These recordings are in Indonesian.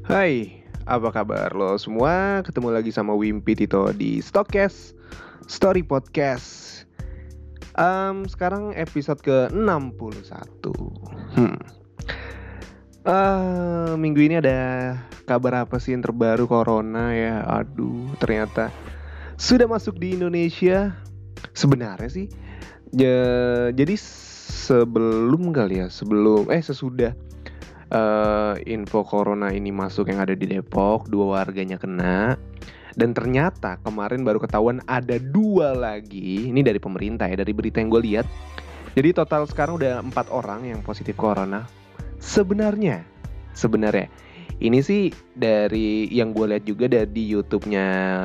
Hai, apa kabar lo semua? Ketemu lagi sama Wimpi Tito di Stokes Story Podcast. Sekarang episode ke-61. Hmm. Minggu ini ada kabar apa sih yang terbaru corona ya? Aduh, ternyata sudah masuk di Indonesia. Sebenarnya sih, jadi sebelum kali ya, sesudah info corona ini masuk yang ada di Depok, 2 warganya kena. Dan ternyata kemarin baru ketahuan ada 2 lagi. Ini dari pemerintah ya, dari berita yang gue lihat. Jadi total sekarang udah 4 orang yang positif corona. Sebenarnya ini sih dari yang gue lihat juga dari YouTube-nya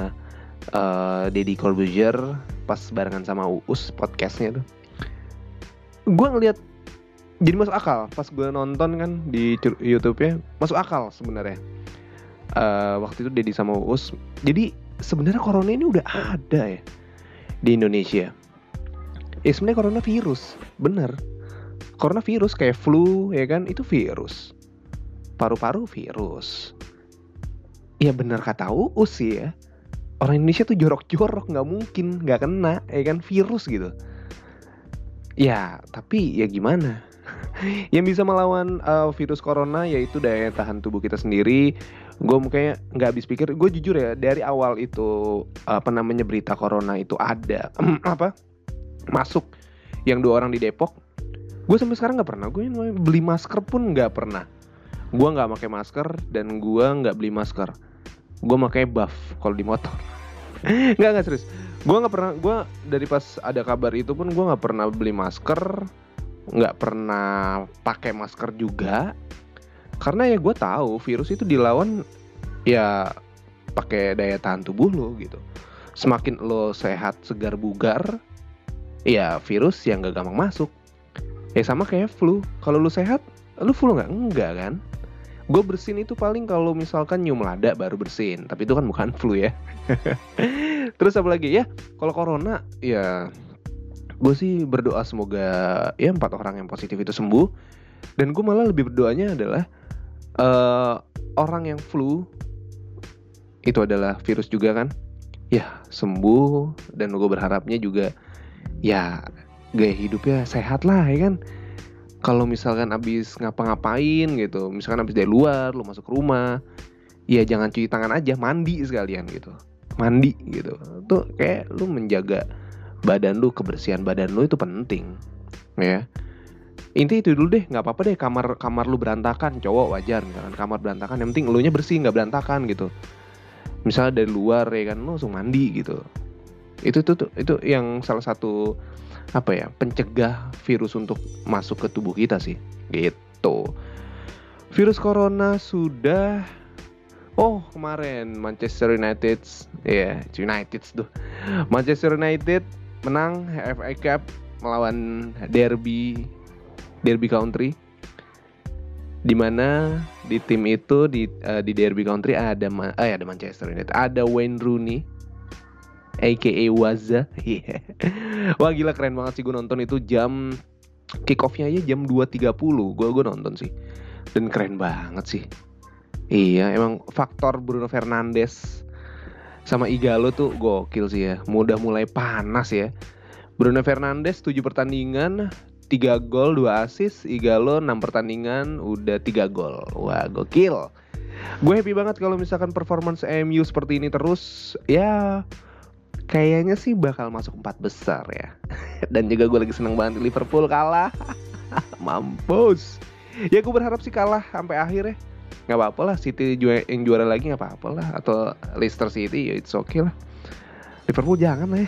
Deddy Corbuzier pas barengan sama Uus podcastnya tuh. Gue ngeliat jadi masuk akal pas gue nonton kan di YouTube-nya, masuk akal sebenarnya. Waktu itu Deddy sama Uus. Jadi sebenarnya corona ini udah ada ya di Indonesia. Sebenarnya corona virus, bener. Corona virus kayak flu ya kan, itu virus. Paru-paru virus. Ya bener kata Uus sih ya. Orang Indonesia tuh jorok-jorok, nggak mungkin nggak kena ya kan virus gitu. Ya tapi ya gimana? Yang bisa melawan virus corona yaitu daya tahan tubuh kita sendiri. Gue mukanya nggak habis pikir. Gue jujur ya, dari awal itu berita corona itu ada masuk yang 2 orang di Depok, gue sampai sekarang nggak pernah. Gue beli masker pun nggak pernah. Gue nggak pakai masker dan gue nggak beli masker. Gue pakai buff kalau di motor. nggak serius. Gue nggak pernah. Gue dari pas ada kabar itu pun gue nggak pernah beli masker, nggak pernah pakai masker juga. Karena ya gue tahu virus itu dilawan ya pakai daya tahan tubuh lo gitu. Semakin lo sehat, segar, bugar, ya virus yang gak gampang masuk. Ya sama kayak flu. Kalau lo sehat, lo flu nggak? Enggak kan? Gue bersin itu paling kalau misalkan nyium lada baru bersin. Tapi itu kan bukan flu ya. Terus apa lagi ya? Kalau corona ya gue sih berdoa semoga ya 4 orang yang positif itu sembuh. Dan gue malah lebih berdoanya adalah orang yang flu itu adalah virus juga kan, ya sembuh. Dan gue berharapnya juga ya gaya hidupnya sehat lah ya kan. Kalau misalkan abis ngapa-ngapain gitu, misalkan abis dari luar lu masuk ke rumah, ya jangan cuci tangan aja, mandi sekalian gitu. Mandi gitu tuh kayak lu menjaga badan lu, kebersihan badan lu itu penting ya. Intinya itu dulu deh, nggak apa-apa deh kamar lu berantakan, cowok wajar misalkan kamar berantakan, yang penting elunya bersih nggak berantakan gitu. Misalnya dari luar ya kan, lu langsung mandi gitu. Itu yang salah satu pencegah virus untuk masuk ke tubuh kita sih gitu. Virus corona sudah kemarin Manchester United tuh. Manchester United menang FA Cup melawan Derby Country, di mana di tim itu di Derby Country ada Manchester United, ada Wayne Rooney aka Waza. Wah gila, keren banget sih. Gue nonton itu jam kick off-nya aja jam 2.30. Gue nonton sih. Dan keren banget sih. Iya, emang faktor Bruno Fernandes sama Igalo tuh gokil sih ya. Udah mulai panas ya. Bruno Fernandes 7 pertandingan 3 gol 2 assist. Igalo 6 pertandingan udah 3 gol. Wah gokil. Gue happy banget kalau misalkan performance MU seperti ini terus. Ya kayaknya sih bakal masuk 4 besar ya. Dan juga gue lagi seneng banget Liverpool kalah. Mampus. Ya gue berharap sih kalah sampai akhir ya. Gak apa-apa lah, City yang juara lagi gak apa-apa lah. Atau Leicester City ya it's okay lah. Liverpool jangan lah ya.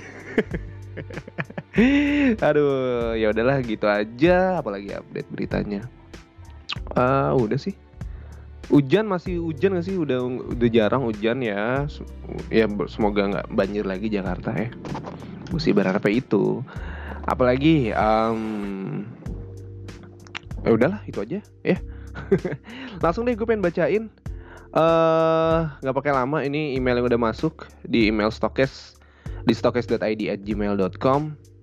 Aduh, ya udahlah gitu aja. Apalagi update beritanya. Udah sih. Masih hujan gak sih? Udah jarang hujan ya. Ya semoga gak banjir lagi Jakarta ya. Gue sih berharapnya itu. Apalagi ya udahlah itu aja ya. Langsung deh gue pengen bacain. Gak pakai lama, ini email yang udah masuk di email Stokes di stokes.id@gmail.com.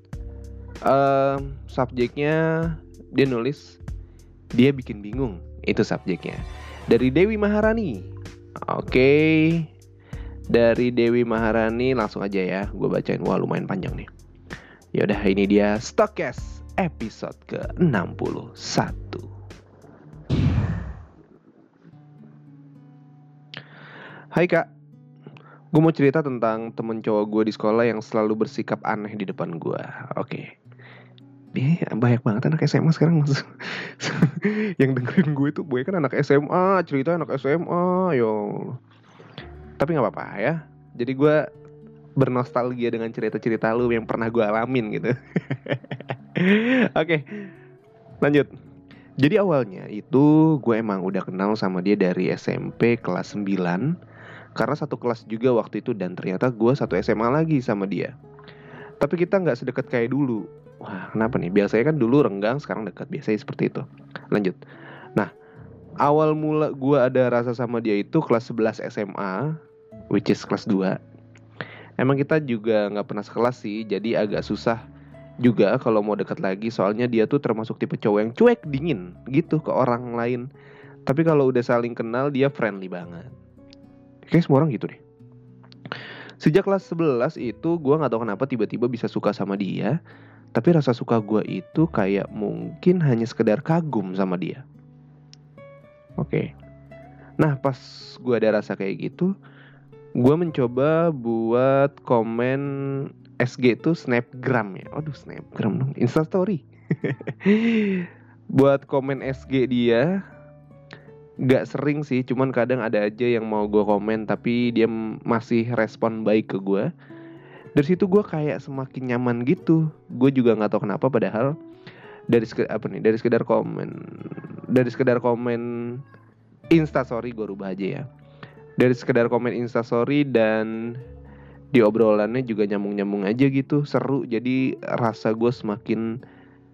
Subjeknya dia nulis dia bikin bingung, itu subjeknya, dari Dewi Maharani. Oke. Dari Dewi Maharani langsung aja ya, gue bacain. Wah lumayan panjang nih. Yaudah, ini dia Stokcast episode ke-61. Hai kak, gue mau cerita tentang temen cowok gue di sekolah yang selalu bersikap aneh di depan gue. Oke. Banyak banget anak SMA sekarang masuk. Yang dengerin gue tuh gue kan anak SMA, cerita anak SMA, yo. Tapi nggak apa-apa ya. Jadi gue bernostalgia dengan cerita-cerita lu yang pernah gue alamin gitu. Oke, lanjut. Jadi awalnya itu gue emang udah kenal sama dia dari SMP kelas 9. Karena satu kelas juga waktu itu. Dan ternyata gue satu SMA lagi sama dia. Tapi kita gak sedekat kayak dulu. Wah kenapa nih? Biasanya kan dulu renggang, sekarang dekat. Biasanya seperti itu. Lanjut. Nah, awal mula gue ada rasa sama dia itu kelas 11 SMA, which is kelas 2. Emang kita juga gak pernah sekelas sih. Jadi agak susah juga kalau mau dekat lagi. Soalnya dia tuh termasuk tipe cowok yang cuek, dingin gitu ke orang lain. Tapi kalau udah saling kenal dia friendly banget. Kayak semua orang gitu deh. Sejak kelas 11 itu gue gak tahu kenapa tiba-tiba bisa suka sama dia. Tapi rasa suka gue itu kayak mungkin hanya sekedar kagum sama dia. Oke. Nah pas gue ada rasa kayak gitu, gue mencoba buat komen SG itu snapgram ya. Aduh snapgram dong, Instastory. Buat komen SG dia. Gak sering sih, cuman kadang ada aja yang mau gue komen. Tapi dia masih respon baik ke gue. Dari situ gue kayak semakin nyaman gitu. Gue juga gak tahu kenapa, padahal dari sekedar komen Instastory, gue rubah aja ya. Dari sekedar komen Instastory dan di obrolannya juga nyambung-nyambung aja gitu, seru. Jadi rasa gue semakin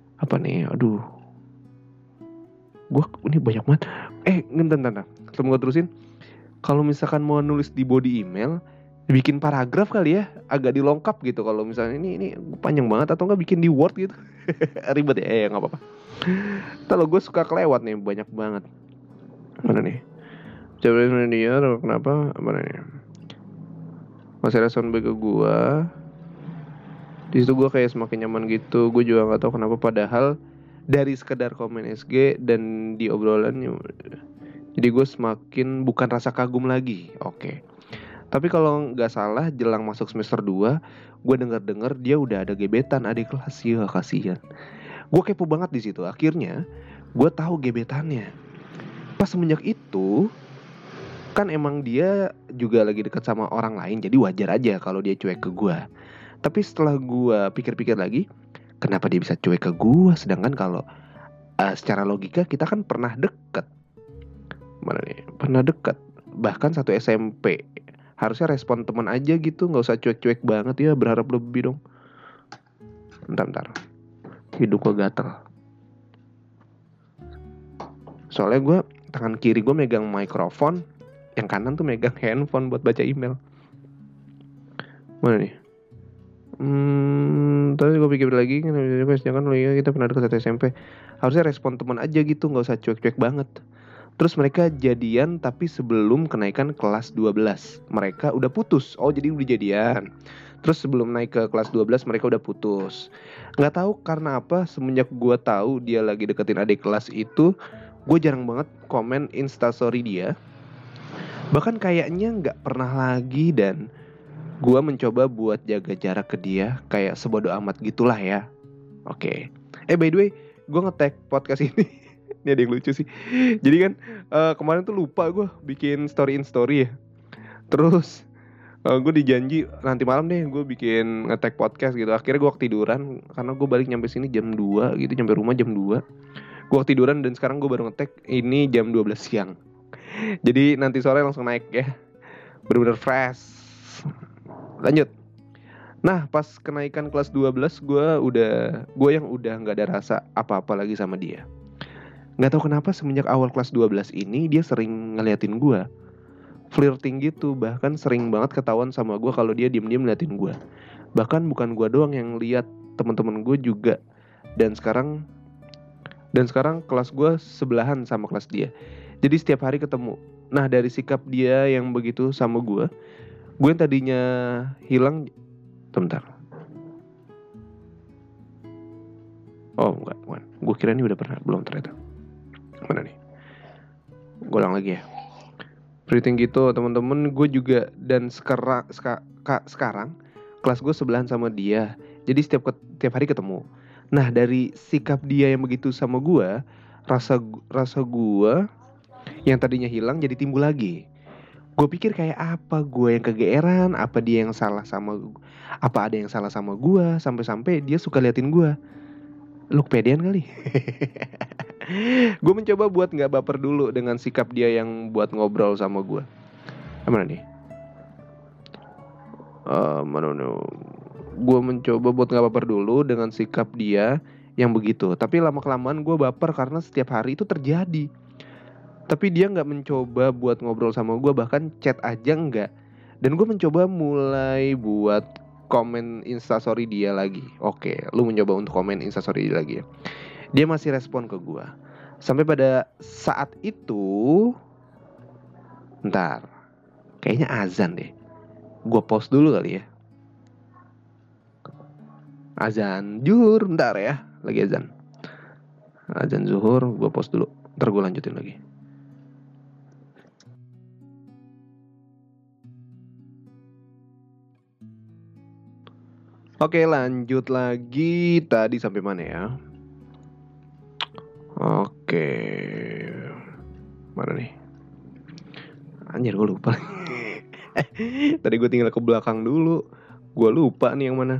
gue ini banyak banget. Ngentan. Sebelum gue terusin, kalau misalkan mau nulis di body email, bikin paragraf kali ya, agak dilengkap gitu. Kalau misalnya ini panjang banget, atau enggak bikin di Word gitu. Ribet ya, nggak apa-apa. Kalau gue suka kelewat nih, banyak banget. Mana nih? Coba dia kenapa? Mana nih? Masih respon baik ke gue. Di situ gue kayak semakin nyaman gitu. Gue juga nggak tahu kenapa, padahal dari sekedar komen SG dan di obrolannya, jadi gue semakin bukan rasa kagum lagi. Oke. Tapi kalau nggak salah jelang masuk semester 2, gue dengar dia udah ada gebetan adik kelas. Ya kasihan. Gue kepo banget di situ. Akhirnya gue tahu gebetannya. Pas semenjak itu, kan emang dia juga lagi dekat sama orang lain, jadi wajar aja kalau dia cuek ke gue. Tapi setelah gue pikir-pikir lagi, kenapa dia bisa cuek ke gue? Sedangkan kalau secara logika kita kan pernah dekat. Mana nih? Pernah dekat. Bahkan satu SMP. Harusnya respon teman aja gitu, gak usah cuek-cuek banget ya, berharap lebih dong. Bentar. Hidung gue gatel. Soalnya gue, tangan kiri gue megang mikrofon, yang kanan tuh megang handphone buat baca email. Mana nih? Tapi gue pikir lagi, jangan kita pernah dekat satu SMP. Harusnya respon teman aja gitu, gak usah cuek-cuek banget. Terus mereka jadian tapi sebelum kenaikan kelas 12. Mereka udah putus. Oh jadi udah jadian. Terus sebelum naik ke kelas 12 mereka udah putus. Gak tahu karena apa, semenjak gue tahu dia lagi deketin adik kelas itu, gue jarang banget komen Instastory dia. Bahkan kayaknya gak pernah lagi. Dan gue mencoba buat jaga jarak ke dia, kayak sebodo amat gitulah ya. Oke. By the way, gue nge-tag podcast ini. Ini ada yang lucu sih. Jadi kan kemarin tuh lupa gue bikin story ya. Terus gue dijanji nanti malam deh gue bikin nge-tag podcast gitu. Akhirnya gue ketiduran, karena gue balik nyampe sini jam 2 gitu. Nyampe rumah jam 2. Gue ketiduran dan sekarang gue baru nge-tag ini jam 12 siang. Jadi nanti sore langsung naik ya. Bener-bener fresh. Lanjut. Nah pas kenaikan kelas 12 gue yang udah gak ada rasa apa-apa lagi sama dia. Gak tahu kenapa semenjak awal kelas 12 ini dia sering ngeliatin gue, flirting gitu. Bahkan sering banget ketahuan sama gue kalau dia diem-diem ngeliatin gue. Bahkan bukan gue doang yang lihat, teman-teman gue juga. Dan sekarang kelas gue sebelahan sama kelas dia. Jadi setiap hari ketemu. Nah dari sikap dia yang begitu sama gue yang tadinya hilang. Bentar. Oh enggak, bukan. Gue kira ini udah pernah, belum ternyata. Mana nih? Gue ulang lagi ya. Everything gitu teman-teman, gue juga dan sekarang kelas gue sebelahan sama dia. Jadi tiap hari ketemu. Nah dari sikap dia yang begitu sama gue, rasa gue yang tadinya hilang jadi timbul lagi. Gue pikir kayak apa gue yang kegeeran, apa dia yang salah sama, apa ada yang salah sama gue, sampai-sampai dia suka liatin gue. Lu kepedean kali. Gue mencoba buat nggak baper dulu dengan sikap dia yang buat ngobrol sama gue. Mana nih? Mana nih? Gue mencoba buat nggak baper dulu dengan sikap dia yang begitu. Tapi lama kelamaan gue baper karena setiap hari itu terjadi. Tapi dia nggak mencoba buat ngobrol sama gue, bahkan chat aja nggak. Dan gue mencoba mulai buat komen instastory dia lagi. Oke, lu mencoba untuk komen instastory dia lagi ya. Dia masih respon ke gue. Sampai pada saat itu, bentar, kayaknya azan deh. Gue pause dulu kali ya. Azan zuhur, bentar ya, lagi azan. Azan zuhur, gue pause dulu. Ntar gue lanjutin lagi. Oke, lanjut lagi. Tadi sampai mana ya? Oke, mana nih? Anjir, gue lupa. Tadi gue tinggal ke belakang dulu. Gue lupa nih yang mana.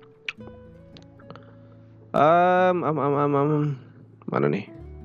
Mana nih?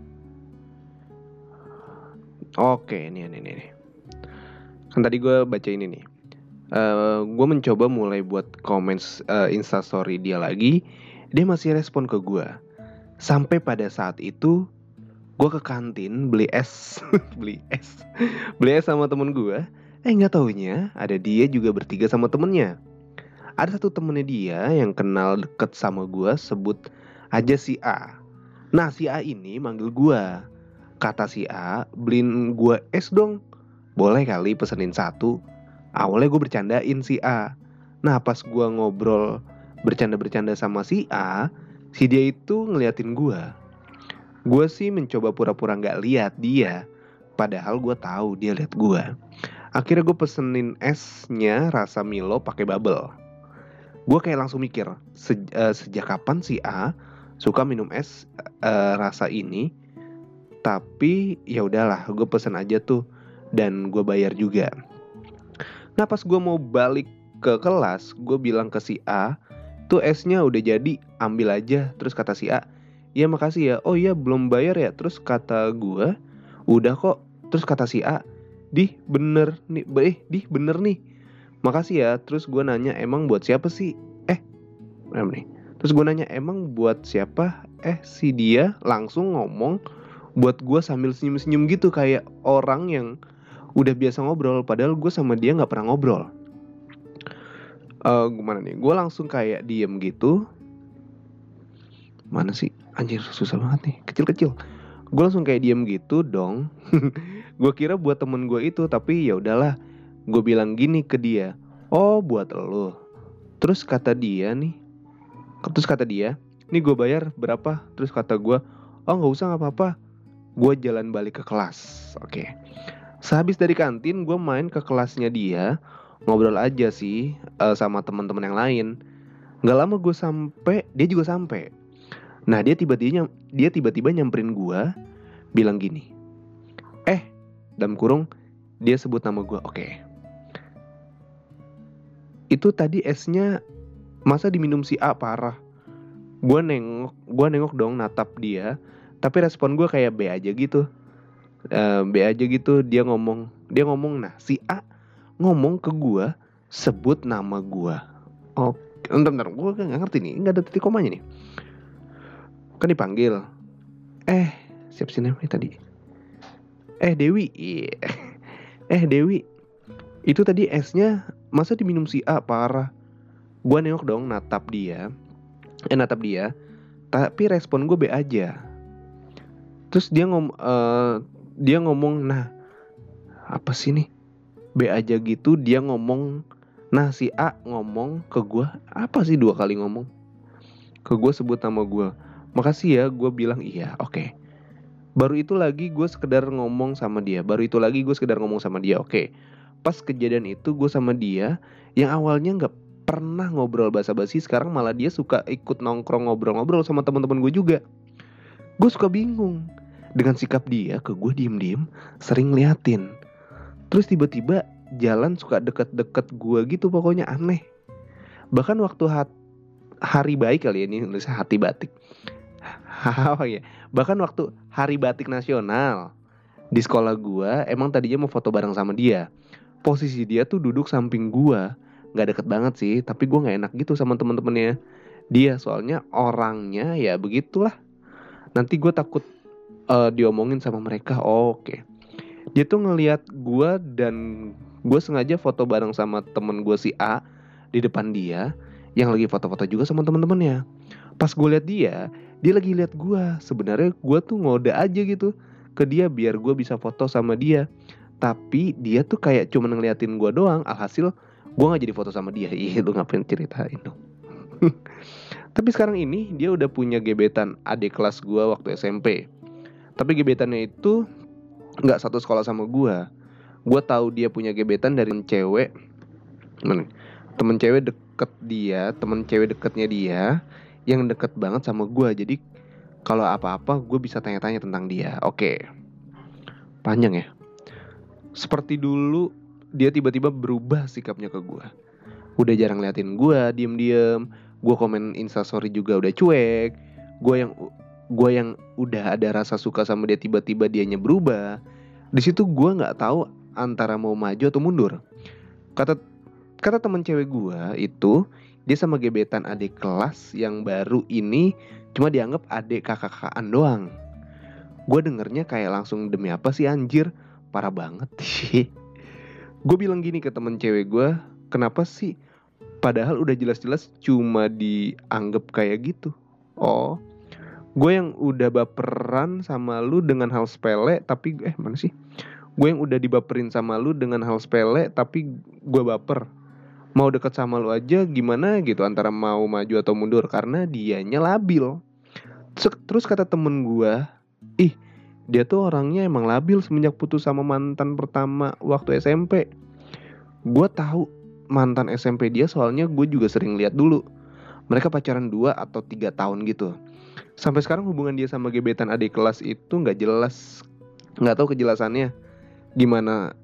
Oke, ini. Kan tadi gue baca ini nih. Gue mencoba mulai buat komen instastory dia lagi. Dia masih respon ke gue. Sampai pada saat itu gue ke kantin beli es. Beli es sama temen gue. Gak taunya ada dia juga bertiga sama temennya. Ada satu temennya dia yang kenal deket sama gue, sebut aja si A. Nah si A ini manggil gue. Kata si A, beliin gue es dong. Boleh kali pesenin satu. Awalnya gue bercandain si A. Nah pas gue ngobrol bercanda-bercanda sama si A, si dia itu ngeliatin gue. Gue sih mencoba pura-pura gak lihat dia, padahal gue tahu dia lihat gue. Akhirnya gue pesenin esnya rasa Milo pakai bubble. Gue kayak langsung mikir, sejak kapan si A suka minum es rasa ini. Tapi ya udahlah, gue pesen aja tuh dan gue bayar juga. Nah pas gue mau balik ke kelas, gue bilang ke si A, tuh esnya udah jadi, ambil aja. Terus kata si A, ya makasih ya. Oh iya belum bayar ya. Terus kata gue, udah kok. Terus kata si A, bener nih, makasih ya. Terus gue nanya, emang buat siapa sih? Terus gue nanya, emang buat siapa? Si dia langsung ngomong buat gue sambil senyum-senyum gitu, kayak orang yang udah biasa ngobrol. Padahal gue sama dia gak pernah ngobrol. Gimana nih? Gue langsung kayak diem gitu. Mana sih? Anjir susah banget nih, kecil-kecil. Gue langsung kayak diem gitu dong. Gue kira buat temen gue itu, tapi ya udahlah. Gue bilang gini ke dia, oh buat lo. Terus kata dia, nih gue bayar berapa? Terus kata gue, oh gak usah, gak apa-apa. Gue jalan balik ke kelas. Oke. Sehabis dari kantin, gue main ke kelasnya dia, ngobrol aja sih sama teman-teman yang lain. Gak lama gue sampai, dia juga sampai. Nah dia tiba-tiba nyamperin gue, bilang gini, dalam kurung dia sebut nama gue. Oke. Itu tadi esnya masa diminum si A, parah. Gue nengok dong, natap dia. Tapi respon gue kayak B aja gitu. Dia ngomong. Nah si A ngomong ke gue, sebut nama gue. Oh, bentar, gue gak ngerti nih, gak ada titik komanya nih. Kan dipanggil, siapa sih namanya tadi? Dewi. Dewi. Itu tadi esnya masa diminum si A, parah. Gue nengok dong, natap dia. Tapi respon gue B aja. Terus dia ngomong, nah apa sih nih, B aja gitu dia ngomong. Nah si A ngomong ke gue, apa sih 2 kali ngomong ke gue, sebut nama gue. Makasih ya, gue bilang iya, oke. Baru itu lagi gue sekedar ngomong sama dia. Oke. Pas kejadian itu gue sama dia, yang awalnya gak pernah ngobrol basa-basi, sekarang malah dia suka ikut nongkrong ngobrol-ngobrol sama teman-teman gue juga. Gue suka bingung dengan sikap dia ke gue, diem-diem sering ngeliatin. Terus tiba-tiba jalan suka deket-deket gue gitu, pokoknya aneh. Bahkan waktu hari baik kali ya, ini nulisnya hati batik. Oh ya, bahkan waktu hari batik nasional di sekolah gua, emang tadinya mau foto bareng sama dia. Posisi dia tuh duduk samping gua, nggak deket banget sih, tapi gua nggak enak gitu sama temen-temennya dia, soalnya orangnya ya begitulah. Nanti gua takut diomongin sama mereka. Oke. Dia tuh ngelihat gua dan gua sengaja foto bareng sama temen gua si A di depan dia, yang lagi foto-foto juga sama temen-temennya. Pas gue lihat dia lagi lihat gue. Sebenarnya gue tuh ngode aja gitu ke dia biar gue bisa foto sama dia. Tapi dia tuh kayak cuma ngeliatin gue doang. Alhasil gue gak jadi foto sama dia. Iya, lu ngapain ceritain dong. Tapi sekarang ini dia udah punya gebetan adik kelas gue waktu SMP. Tapi gebetannya itu gak satu sekolah sama gue. Gue tahu dia punya gebetan dari cewek. Temen cewek deketnya dia, yang deket banget sama gue. Jadi kalau apa-apa gue bisa tanya-tanya tentang dia. Oke. Panjang ya. Seperti dulu dia tiba-tiba berubah sikapnya ke gue. Udah jarang liatin gue, diem-diem. Gue komen instastory juga udah cuek. Gue yang udah ada rasa suka sama dia, tiba-tiba dianya berubah. Di situ gue nggak tahu antara mau maju atau mundur. Kata teman cewek gue itu, dia sama gebetan adik kelas yang baru ini cuma dianggap adik kakak-kakaan doang. Gue dengernya kayak langsung, demi apa sih anjir, parah banget sih. Gue bilang gini ke temen cewek gue, kenapa sih padahal udah jelas-jelas cuma dianggap kayak gitu. Oh, gue yang udah baperan sama lu dengan hal sepele, tapi mana sih, gue yang udah dibaperin sama lu dengan hal sepele, tapi gue baper. Mau deket sama lu aja gimana gitu, antara mau maju atau mundur, karena dianya labil. Terus kata temen gue, dia tuh orangnya emang labil semenjak putus sama mantan pertama waktu SMP. Gue tahu mantan SMP dia, soalnya gue juga sering lihat dulu. Mereka pacaran 2 atau 3 tahun gitu. Sampai sekarang hubungan dia sama gebetan adik kelas itu gak jelas. Gak tahu kejelasannya gimana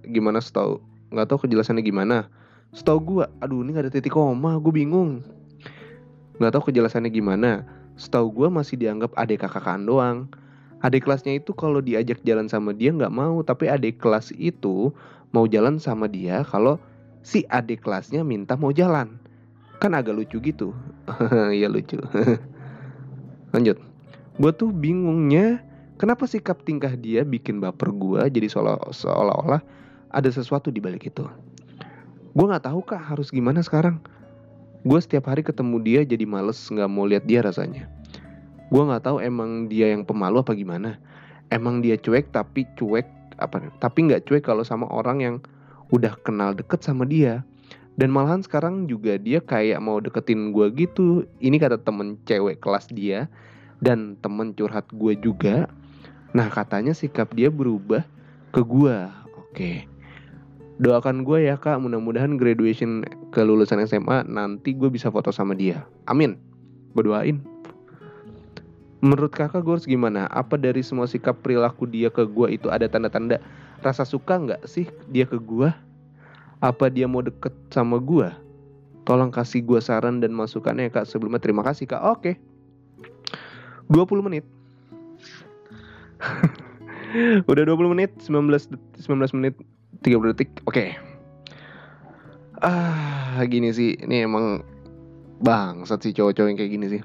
Setahu gue, aduh ini gak ada titik koma, gue bingung. Gak tahu kejelasannya gimana. Setahu gue masih dianggap adik kakak-kakan doang. Adik kelasnya itu kalau diajak jalan sama dia gak mau, tapi adik kelas itu mau jalan sama dia kalau si adik kelasnya minta mau jalan. Kan agak lucu gitu. Iya lucu. Lanjut. Gue tuh bingungnya, kenapa sikap tingkah dia bikin baper gue, jadi seolah-olah ada sesuatu di balik itu. Gue gak tahu kak harus gimana sekarang. Gue setiap hari ketemu dia jadi males, gak mau lihat dia rasanya. Gue gak tahu emang dia yang pemalu apa gimana. Emang dia cuek tapi gak cuek kalau sama orang yang udah kenal deket sama dia. Dan malahan sekarang juga dia kayak mau deketin gue gitu. Ini kata temen cewek kelas dia dan temen curhat gue juga. Nah katanya sikap dia berubah ke gue. Oke. Doakan gue ya kak, mudah-mudahan graduation kelulusan SMA nanti gue bisa foto sama dia. Amin. Gue doain. Menurut kakak gue harus gimana? Apa dari semua sikap perilaku dia ke gue itu ada tanda-tanda rasa suka gak sih dia ke gue? Apa dia mau deket sama gue? Tolong kasih gue saran dan masukannya ya kak. Sebelumnya terima kasih kak. Oke. 20 menit. Udah 20 menit, 19 menit 30 detik. Oke. Gini sih, ini emang bangsat sih cowok-cowok yang kayak gini sih.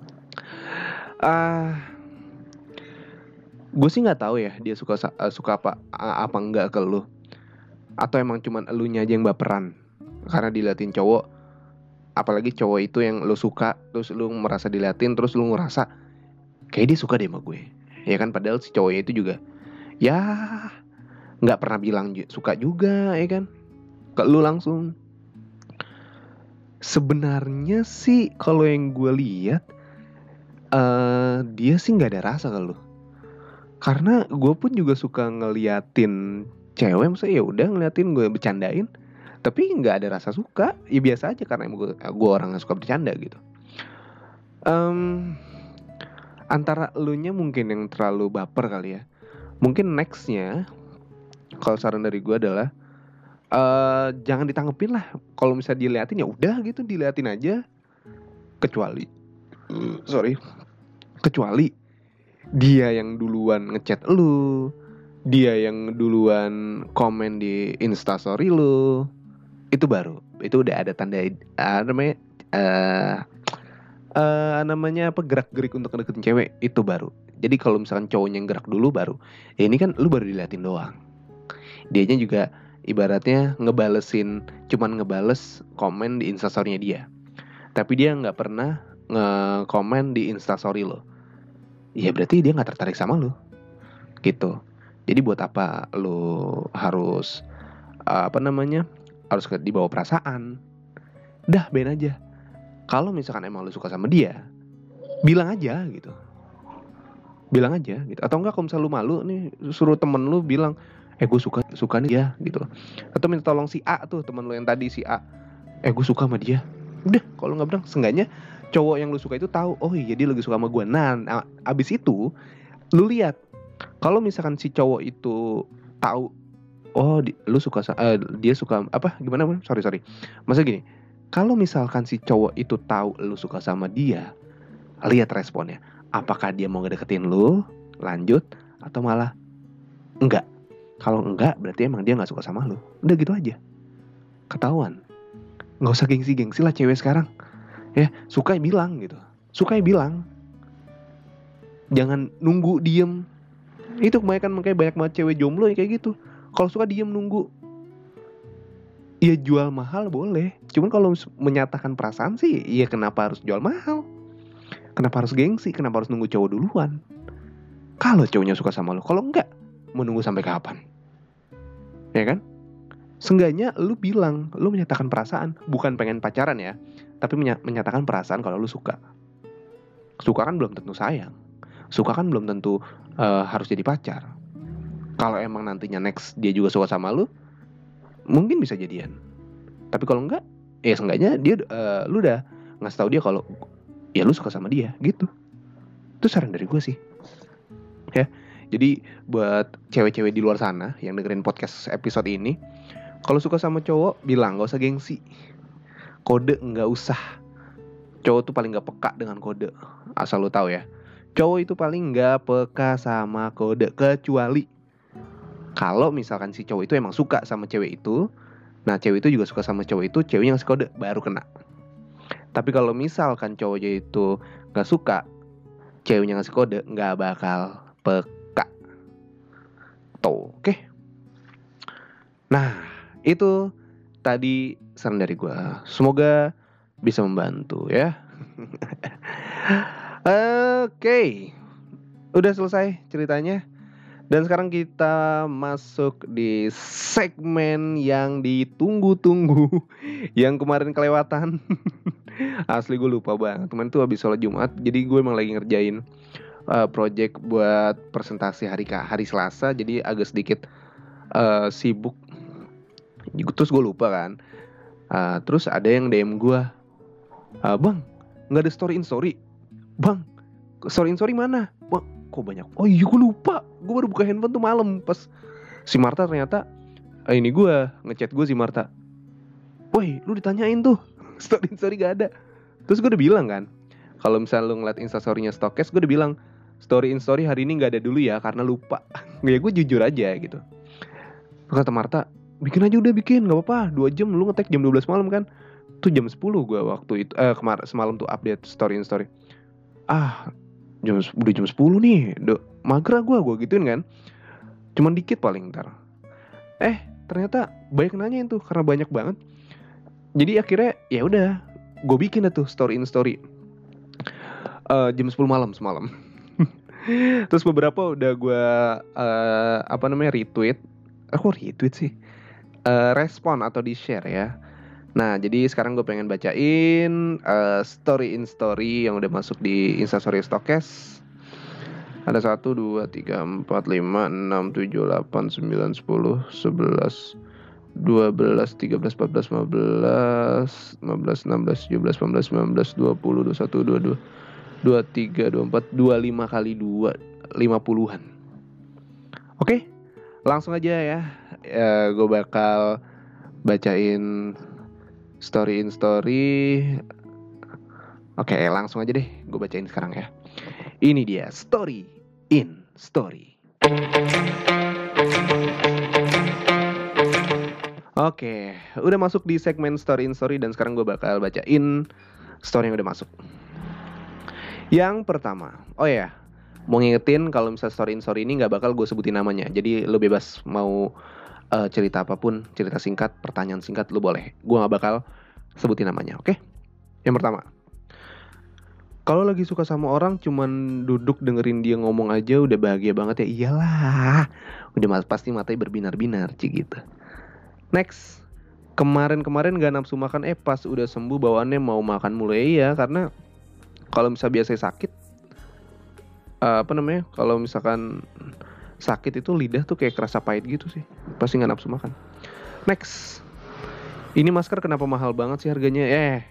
Gue sih nggak tahu ya dia suka apa enggak ke lu, atau emang cuman elunya aja yang baperan karena diliatin cowok. Apalagi cowok itu yang lu suka, terus lu merasa diliatin, terus lu ngerasa kayak dia suka deh sama gue. Ya kan, padahal si cowoknya itu juga ya nggak pernah bilang suka juga, ya kan, ke lu langsung. Sebenarnya sih kalau yang gue lihat dia sih nggak ada rasa ke lu. Karena gue pun juga suka ngeliatin cewek, maksudnya ya udah ngeliatin, gue bercandain, tapi nggak ada rasa suka, ya biasa aja karena gue orang yang suka bercanda gitu. Antara elunya mungkin yang terlalu baper kali ya. Mungkin nextnya, kalau saran dari gue adalah jangan ditanggepin lah. Kalau misalnya diliatin ya udah gitu, diliatin aja. Kecuali dia yang duluan ngechat lu, dia yang duluan komen di instastory lu, itu baru, itu udah ada tanda namanya apa, gerak-gerik untuk ngedeketin cewek, itu baru. Jadi kalau misalkan cowoknya yang gerak dulu baru, ya ini kan lu baru diliatin doang. Dianya juga ibaratnya cuman ngebales komen di instastorynya dia, tapi dia nggak pernah nge-komen di instastory lo. Ya berarti dia nggak tertarik sama lo gitu. Jadi buat apa lo harus harus dibawa perasaan? Dah, ben aja. Kalau misalkan emang lo suka sama dia, bilang aja gitu. Atau enggak, kalau misalnya lu malu nih, suruh temen lu bilang, gue suka nih dia gitu. Atau minta tolong si A tuh, temen lu yang tadi si A, gue suka sama dia. Udah, kalau nggak bilang, seenggaknya cowok yang lu suka itu tahu, oh iya dia lagi suka sama gue. Nah, abis itu lu lihat, kalau misalkan si cowok itu tahu, oh lu suka, dia suka apa, gimana? Sorry. Maksudnya gini, kalau misalkan si cowok itu tahu lu suka sama dia, lihat responnya. Apakah dia mau ngedeketin lu, lanjut, atau malah enggak. Kalau enggak, berarti emang dia gak suka sama lu. Udah gitu aja, ketahuan. Gak usah gengsi-gengsi lah cewek sekarang. Ya, suka ya bilang gitu. Jangan nunggu diem. Itu kebanyakan, makanya banyak banget cewek jomblo yang kayak gitu. Kalau suka diem nunggu. Ya jual mahal boleh. Cuman kalau menyatakan perasaan sih, ya kenapa harus jual mahal? Kenapa harus gengsi? Kenapa harus nunggu cowok duluan? Kalau cowoknya suka sama lo, kalau enggak, mau nunggu sampai kapan? Ya kan? Seenggaknya lu bilang, lu menyatakan perasaan. Bukan pengen pacaran ya, tapi menyatakan perasaan kalau lu suka. Suka kan belum tentu sayang. Suka kan belum tentu harus jadi pacar. Kalau emang nantinya next dia juga suka sama lu, mungkin bisa jadian. Tapi kalau enggak, ya seenggaknya lu udah ngasih tahu dia kalau ya lu suka sama dia gitu. Itu saran dari gue sih. Ya, jadi buat cewek-cewek di luar sana yang dengerin podcast episode ini, kalau suka sama cowok, bilang, gak usah gengsi. Kode gak usah. Cowok tuh paling gak peka dengan kode. Asal lu tahu ya, cowok itu paling gak peka sama kode. Kecuali kalau misalkan si cowok itu emang suka sama cewek itu, nah cewek itu juga suka sama cowok itu, ceweknya ngasih kode, baru kena. Tapi kalau misalkan cowoknya itu gak suka, ceweknya ngasih kode, gak bakal peka. Tuh, oke? Nah, itu tadi saran dari gue. Semoga bisa membantu ya. Oke. Udah selesai ceritanya. Dan sekarang kita masuk di segmen yang ditunggu-tunggu, yang kemarin kelewatan. Asli gue lupa banget. Kemarin tuh habis sholat Jumat, jadi gue emang lagi ngerjain project buat presentasi hari Selasa, jadi agak sedikit sibuk. Terus gue lupa kan. Terus ada yang DM gue, bang, nggak ada story in story. Bang, story in story mana? Bang, kok banyak? Oh iya, gue lupa. Gue baru buka handphone tuh malam pas si Marta ternyata ini gue ngechat gue si Marta. Woi, lu ditanyain tuh story in story gak ada. Terus gue udah bilang kan, kalau misalnya lu ngeliat instastorynya Stokes, gue udah bilang story in story hari ini gak ada dulu ya karena lupa. Ya gue jujur aja gitu. Kata Marta, bikin aja, udah bikin, gak apa-apa, 2 jam, lu nge-tag jam 12 malam kan. Tuh jam 10 gue waktu itu semalam tuh update story in story. Udah jam 10 nih, mager gue gituin kan. Cuman dikit paling ntar. Ternyata banyak nanyain tuh karena banyak banget. Jadi akhirnya ya udah, gue bikin tuh story in story jam 10 malam semalam. Terus beberapa udah gue retweet Aku retweet sih. Respon atau di share ya. Nah, jadi sekarang gue pengen bacain story in story yang udah masuk di Instastory Stokes. Ada 1, 2, 3, 4, 5, 6, 7, 8, 9, 10, 11, 12, 13, 14, 15, 16, 17, 18, 19, 20, 21, 22, 23, 24, 25 kali 2, 50-an. Oke, langsung aja ya. Gue bakal bacain story in story. Oke, langsung aja deh. Gue bacain sekarang ya. Ini dia story in story. Oke, udah masuk di segmen story in story dan sekarang gue bakal bacain story yang udah masuk. Yang pertama, oh ya, mau ngingetin kalau misalnya story in story ini nggak bakal gue sebutin namanya. Jadi lo bebas mau cerita apapun, cerita singkat, pertanyaan singkat, lo boleh. Gue nggak bakal sebutin namanya, oke? Yang pertama, kalau lagi suka sama orang cuman duduk dengerin dia ngomong aja udah bahagia banget ya. Iyalah, udah pasti matanya berbinar-binar cik gitu. Next, kemarin gak nafsu makan, pas udah sembuh bawaannya mau makan mulai ya. Karena kalau misalnya biasa sakit, kalau misalkan sakit itu lidah tuh kayak kerasa pahit gitu sih, pasti gak nafsu makan. Next, ini masker kenapa mahal banget sih harganya?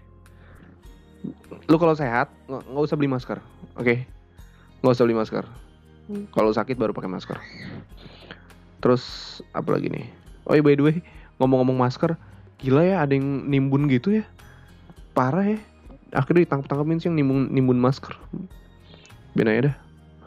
Lu kalau sehat nggak usah beli masker, oke? Nggak usah beli masker. Kalau sakit baru pakai masker. Terus apa lagi nih? Oh iya, by the way, ngomong-ngomong masker, gila ya, ada yang nimbun gitu ya, parah ya. Akhirnya ditangkap-tangkapin sih yang nimbun masker. Ben aja dah.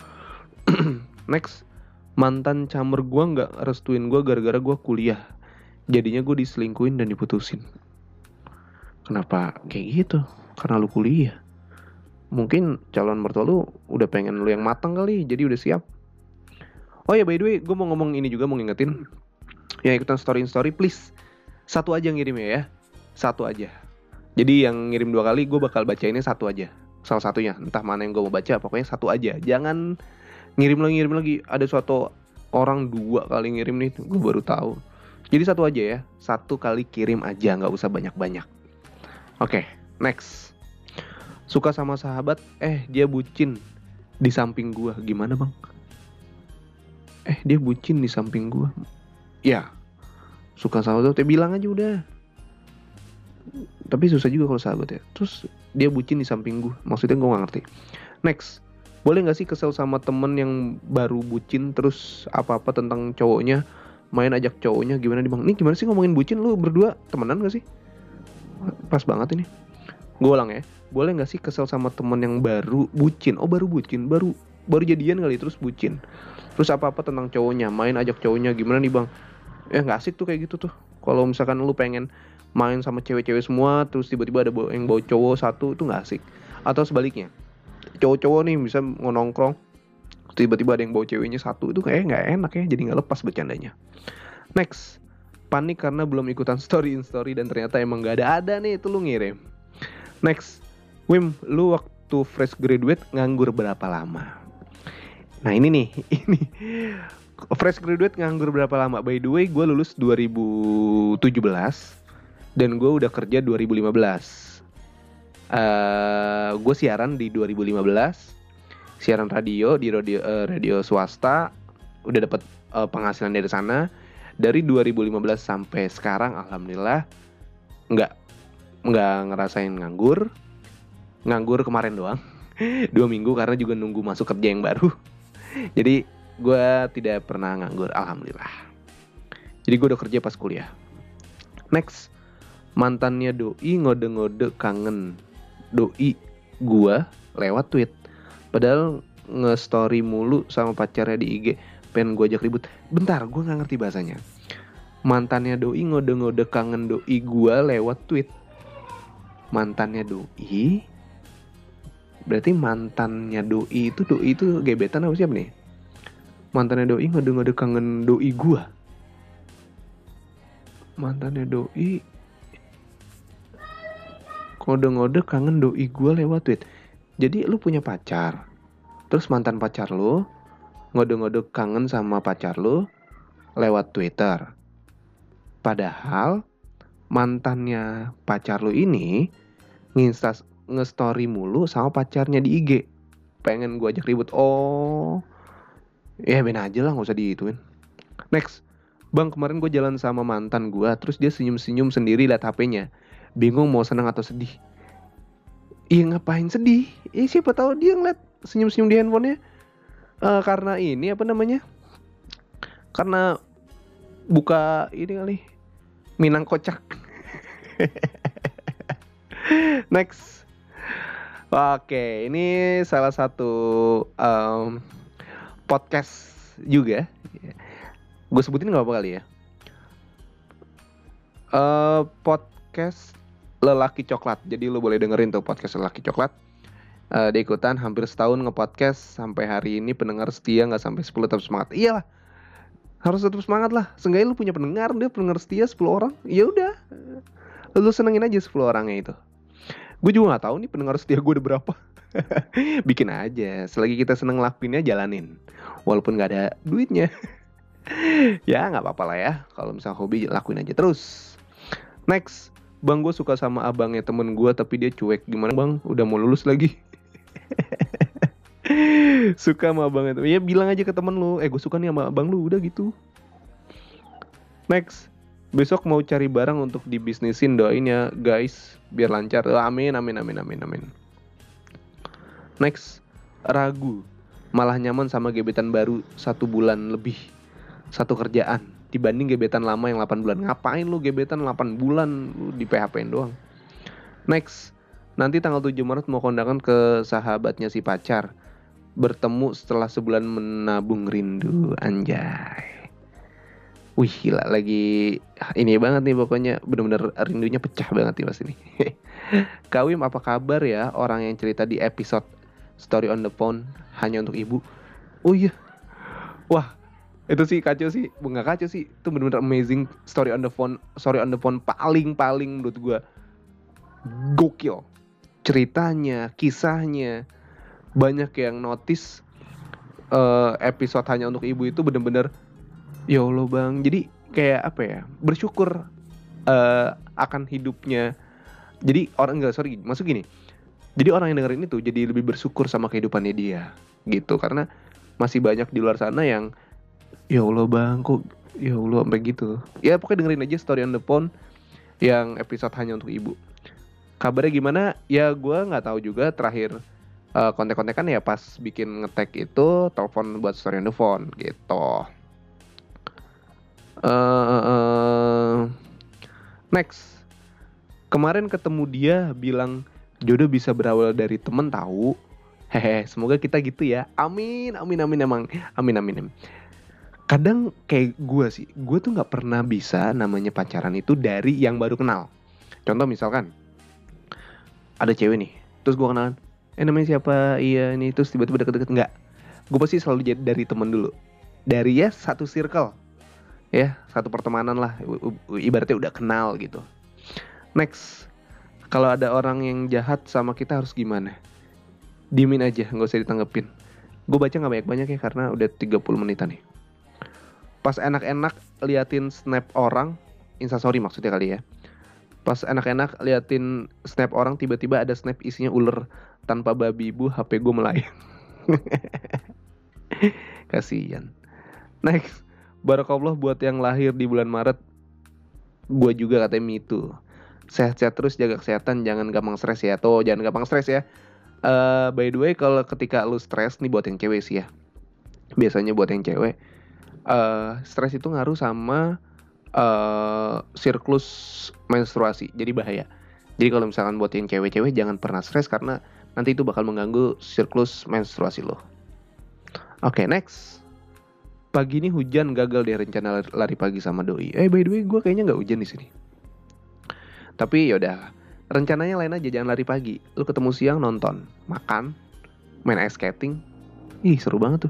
Next, mantan camer gue nggak restuin gue gara-gara gue kuliah. Jadinya gue diselingkuhin dan diputusin. Kenapa kayak gitu? Karena lu kuliah. Mungkin calon mertua lu udah pengen lu yang matang kali, jadi udah siap. Oh ya, by the way, gue mau ngomong ini juga, mau ngingetin yang ikutan story in story, please satu aja ngirim ya. Satu aja. Jadi yang ngirim 2 kali, gue bakal bacainnya satu aja. Salah satunya, entah mana yang gue mau baca, pokoknya satu aja. Jangan ngirim lagi. Ada suatu orang 2 kali ngirim nih, gue baru tahu. Jadi satu aja ya, 1 kali kirim aja, nggak usah banyak-banyak. Oke, next. Suka sama sahabat, dia bucin di samping gue. Gimana bang? Dia bucin di samping gue. Ya, suka sahabat tuh bilang aja udah. Tapi susah juga kalau sahabat ya. Terus dia bucin di samping gue, maksudnya gue gak ngerti. Next, boleh gak sih kesel sama temen yang baru bucin, terus apa-apa tentang cowoknya, main ajak cowoknya, gimana nih bang? Ini gimana sih ngomongin bucin, lu berdua temenan gak sih? Pas banget ini. Gue ulang ya, boleh gak sih kesel sama temen yang baru bucin? Baru bucin, baru jadian kali, terus bucin. Terus apa-apa tentang cowoknya, main ajak cowoknya, gimana nih bang? Gak asik tuh kayak gitu tuh. Kalau misalkan lu pengen main sama cewek-cewek semua, terus tiba-tiba ada yang bawa cowok satu, itu gak asik. Atau sebaliknya, cowok-cowok nih bisa nongkrong, tiba-tiba ada yang bawa ceweknya satu, itu kayak gak enak ya, jadi gak lepas bercandanya. Next, panik karena belum ikutan story in story dan ternyata emang gak ada nih, itu lu ngirim. Next, Wim, lu waktu fresh graduate nganggur berapa lama? Nah ini nih, fresh graduate nganggur berapa lama? By the way, gue lulus 2017 dan gue udah kerja 2015. Gue siaran di 2015, siaran radio di radio swasta, udah dapat penghasilan dari sana. Dari 2015 sampai sekarang, alhamdulillah nggak ngerasain nganggur kemarin doang 2 minggu karena juga nunggu masuk kerja yang baru. Jadi gue tidak pernah nganggur, alhamdulillah. Jadi gue udah kerja pas kuliah. Next, mantannya doi ngode-ngode kangen doi gue lewat tweet, padahal nge-story mulu sama pacarnya di IG, pengen gue ajak ribut. Bentar, gue nggak ngerti bahasanya. Mantannya doi ngode-ngode kangen doi gue lewat tweet. Mantannya doi, berarti mantannya doi itu gebetan apa siapa nih? Mantannya doi ngode-ngode kangen doi gua. Mantannya doi ngode-ngode kangen doi gua lewat tweet. Jadi lu punya pacar, terus mantan pacar lu ngode-ngode kangen sama pacar lu, lewat Twitter. Padahal mantannya pacar lu ini nge-story mulu sama pacarnya di IG. Pengen gue ajak ribut. Oh, ya ben aja lah, gak usah diituin. Next, bang, kemarin gue jalan sama mantan gue, terus dia senyum-senyum sendiri liat HP-nya. Bingung mau senang atau sedih. Iya, ngapain sedih? Siapa tahu dia ngeliat senyum-senyum di handphonenya. Karena ini apa namanya? Karena buka ini kali, Minang kocak. Next. Oke, ini salah satu podcast juga. Gue sebutin gak apa kali ya. Podcast Lelaki Coklat. Jadi lo boleh dengerin tuh podcast Lelaki Coklat. Dia ikutan hampir setahun nge-podcast. Sampai hari ini pendengar setia gak sampai 10, tetap semangat. Iyalah, harus tetap semangat lah. Seenggaknya lu punya pendengar, dia pendengar setia 10 orang. Ya udah, lu senengin aja 10 orangnya itu. Gue juga gak tahu nih pendengar setia gue udah berapa. Bikin aja, selagi kita seneng lakuinnya, jalanin. Walaupun gak ada duitnya. Ya gak apa-apa lah ya. Kalau misalnya hobi, lakuin aja terus. Next, bang, gue suka sama abangnya temen gue, tapi dia cuek. Gimana bang, udah mau lulus lagi. Suka sama abangnya, ya bilang aja ke temen lu, gue suka nih sama abang lu, udah gitu. Next, besok mau cari barang untuk dibisnisin, doain ya guys biar lancar. Amin. Next, ragu malah nyaman sama gebetan baru 1 bulan lebih, 1 kerjaan, dibanding gebetan lama yang 8 bulan. Ngapain lu gebetan 8 bulan, lu di PHP-in doang. Next, nanti tanggal 7 Maret mau kondangan ke sahabatnya si pacar. Bertemu setelah sebulan menabung rindu, anjay. Wih, gila, lagi ini banget nih pokoknya, bener-bener rindunya pecah banget nih pas ini. Kak Wim, apa kabar ya orang yang cerita di episode Story on the Phone hanya untuk ibu? Oh iya, wah itu sih kacau sih, nggak kacau sih, itu bener-bener amazing. Story on the Phone paling menurut gue gokil. Ceritanya, kisahnya, banyak yang notice episode hanya untuk ibu itu bener-bener, ya Allah bang, jadi kayak apa ya, bersyukur akan hidupnya. Jadi maksud gini, jadi orang yang dengerin itu jadi lebih bersyukur sama kehidupannya dia gitu, karena masih banyak di luar sana yang, ya Allah bang, kok ya Allah sampai gitu. Ya pokoknya dengerin aja Story on the Phone yang episode hanya untuk ibu. Kabarnya gimana? Ya gue nggak tahu juga, terakhir kontek-kontekan ya pas bikin nge-tag itu, telepon buat Story on the Phone gitu. Next, kemarin ketemu dia bilang jodoh bisa berawal dari temen tahu. Hehe, semoga kita gitu ya. Amin emang. Amin. Kadang kayak gue sih, gue tuh nggak pernah bisa namanya pacaran itu dari yang baru kenal. Contoh misalkan ada cewek nih, terus gue kenalan, namanya siapa? Iya ini, terus tiba-tiba deket-deket. Enggak, gue pasti selalu jadi dari temen dulu, dari ya satu circle, ya satu pertemanan lah, ibaratnya udah kenal gitu. Next, kalau ada orang yang jahat sama kita harus gimana? Diemin aja, gak usah ditanggepin. Gue baca gak banyak-banyak ya, karena udah 30 menitan nih. Pas enak-enak liatin snap orang, instastory maksudnya kali ya. Pas enak-enak liatin snap orang, tiba-tiba ada snap isinya ular. Tanpa babi ibu, HP gue melayang. Kasian. Next, barakallah buat yang lahir di bulan Maret. Gue juga katanya me too. Sehat-sehat terus, jaga kesehatan, jangan gampang stres ya. Tuh, jangan gampang stres ya. By the way, kalau ketika lu stres nih, buat yang cewek sih ya, biasanya buat yang cewek, stres itu ngaruh sama siklus menstruasi, jadi bahaya. Jadi kalau misalkan buat yang cewek-cewek, jangan pernah stres, karena nanti itu bakal mengganggu siklus menstruasi lo. Oke, next. Pagi ini hujan, gagal deh rencana lari pagi sama doi. By the way, gue kayaknya nggak hujan di sini. Tapi yaudah, rencananya lain aja, jangan lari pagi. Lu ketemu siang, nonton, makan, main ice skating. Ih, seru banget tuh.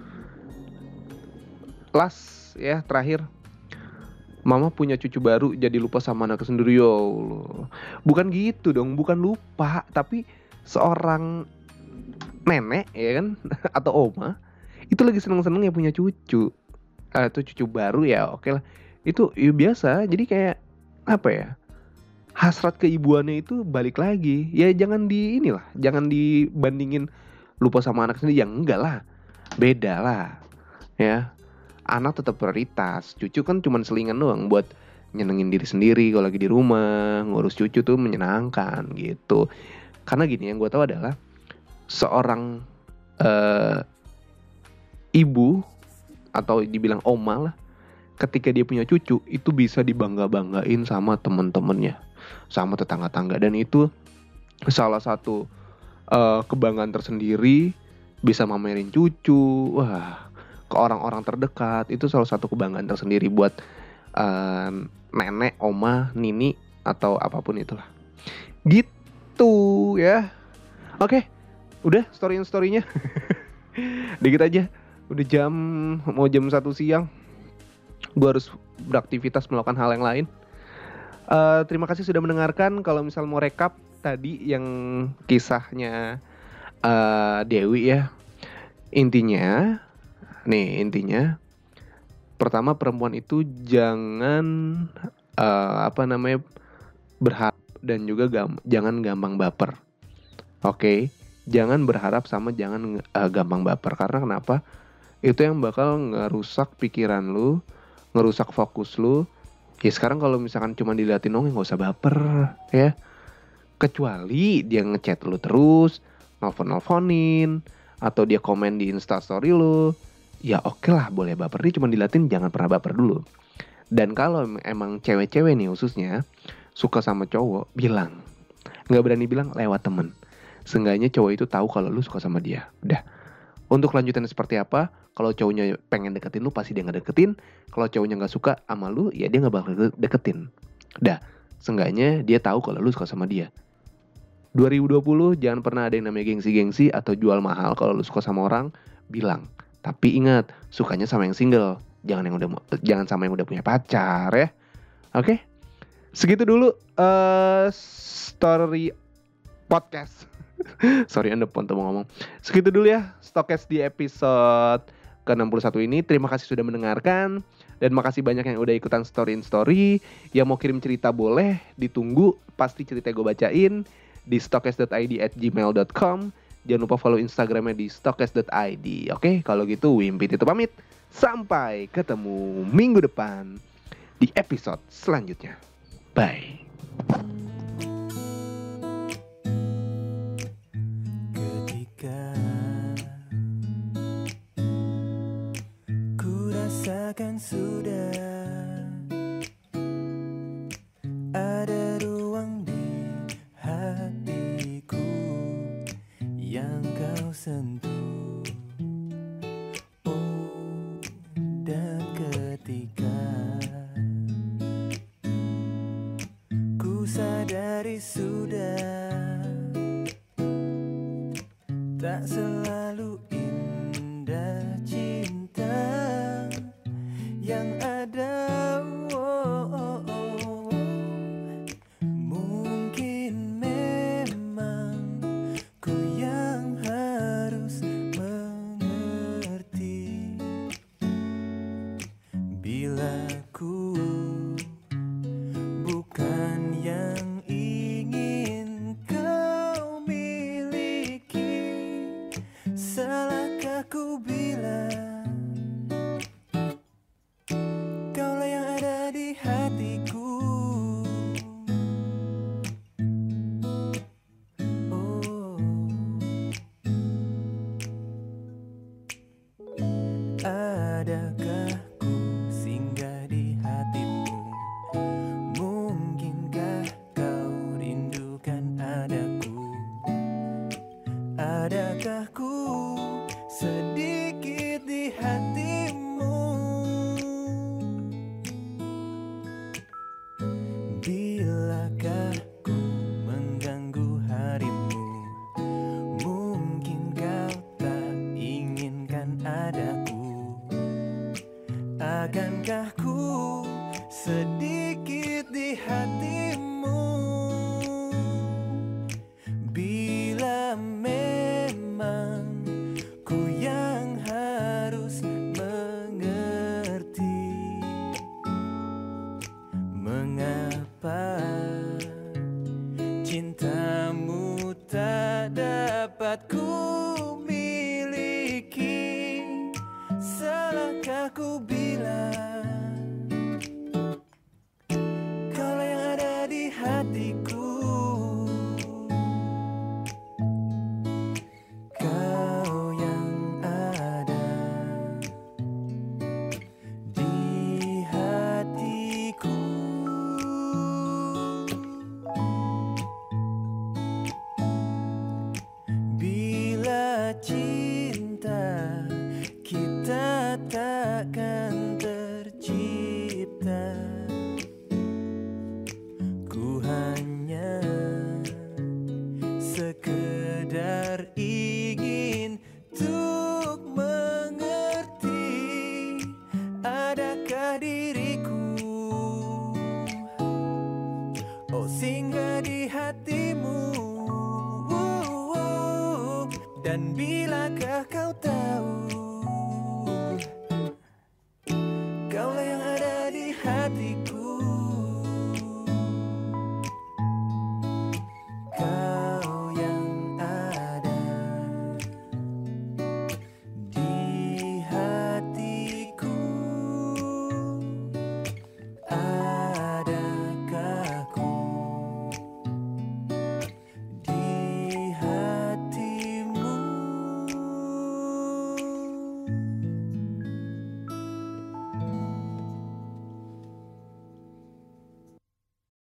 Last ya, terakhir. Mama punya cucu baru, jadi lupa sama anak sendiri. Ya Allah. Bukan gitu dong, bukan lupa, tapi seorang nenek ya kan, atau oma, itu lagi seneng-seneng ya punya cucu. Itu cucu baru ya, oke lah. Itu ya biasa. Jadi kayak apa ya? Hasrat keibuannya itu balik lagi. Ya jangan jangan dibandingin lupa sama anak sendiri. Yang enggak lah, beda lah. Ya, anak tetap prioritas. Cucu kan cuma selingan doang buat nyenengin diri sendiri kalau lagi di rumah. Ngurus cucu tuh menyenangkan gitu. Karena gini, yang gue tahu adalah seorang eh, ibu atau dibilang oma lah, ketika dia punya cucu itu bisa dibangga-banggain sama temen-temennya, sama tetangga-tangga, dan itu salah satu kebanggaan tersendiri. Bisa mamerin cucu, wah, ke orang-orang terdekat itu salah satu kebanggaan tersendiri buat eh, nenek, oma, nini atau apapun itulah. Gitu ya. Oke, udah story-storynya. Dikit aja. Udah mau jam 1 siang. Gue harus beraktivitas melakukan hal yang lain. Terima kasih sudah mendengarkan. Kalau misal mau rekap tadi yang kisahnya Dewi ya. Intinya pertama, perempuan itu jangan berharap, dan juga jangan gampang baper. Oke, jangan berharap sama jangan gampang baper. Karena kenapa? Itu yang bakal ngerusak pikiran lu, ngerusak fokus lu. Ya sekarang kalau misalkan cuma diliatin dong, nggak usah baper ya. Kecuali dia ngechat lu terus, nelfonin, atau dia komen di Instastory lu, ya oke lah, boleh baper. Dia cuma diliatin, jangan pernah baper dulu. Dan kalau emang cewek-cewek nih khususnya suka sama cowok, bilang. Nggak berani bilang, lewat temen. Seenggaknya cowok itu tahu kalau lu suka sama dia. Udah. Untuk lanjutannya seperti apa? Kalau cowoknya pengen deketin lu, pasti dia ngedeketin. Kalau cowoknya nggak suka sama lu, ya dia nggak bakal deketin. Udah. Seenggaknya dia tahu kalau lu suka sama dia. 2020 jangan pernah ada yang namanya gengsi-gengsi atau jual mahal. Kalau lu suka sama orang, bilang. Tapi ingat, sukanya sama yang single. Jangan sama yang udah punya pacar ya. Oke? Segitu dulu story podcast. Sorry, Anda ponto mau ngomong. Segitu dulu ya Stokes di episode ke-61 ini. Terima kasih sudah mendengarkan. Dan makasih banyak yang udah ikutan story. Yang mau kirim cerita boleh, ditunggu. Pasti cerita gue bacain di stokes.id@gmail.com. Jangan lupa follow Instagramnya di stokes.id. Oke, kalau gitu Wimpy itu pamit. Sampai ketemu minggu depan di episode selanjutnya. Bye. Ketika ku rasakan sudah ada ruang di hatiku yang kau sentuh. Oh, dan ketika ku sadari sudah tak selalu indah cinta yang ada. Mungkin memang ku yang harus mengerti bila ku bukan yang ingin kau miliki. Salahkah ku bilang kaulah yang ada di hatiku. Oh, adakah ku singgah di hatimu? Mungkinkah kau rindukan adaku? Adakah ku sedikit di hatimu? Bilakah ku mengganggu harimu? Mungkin kau tak inginkan adaku? Akankah ku sedikit di hatimu? Bila memang ku yang harus mengerti. dapat ku miliki? Salahkah ku bilang kaulah yang ada di hatiku? Kau yang ada di hatiku. Bila cinta kita takkan tercipta, ku hanya sekedar ingin untuk mengerti, adakah diriku oh singgah di hatimu. Dan bilakah kau tahu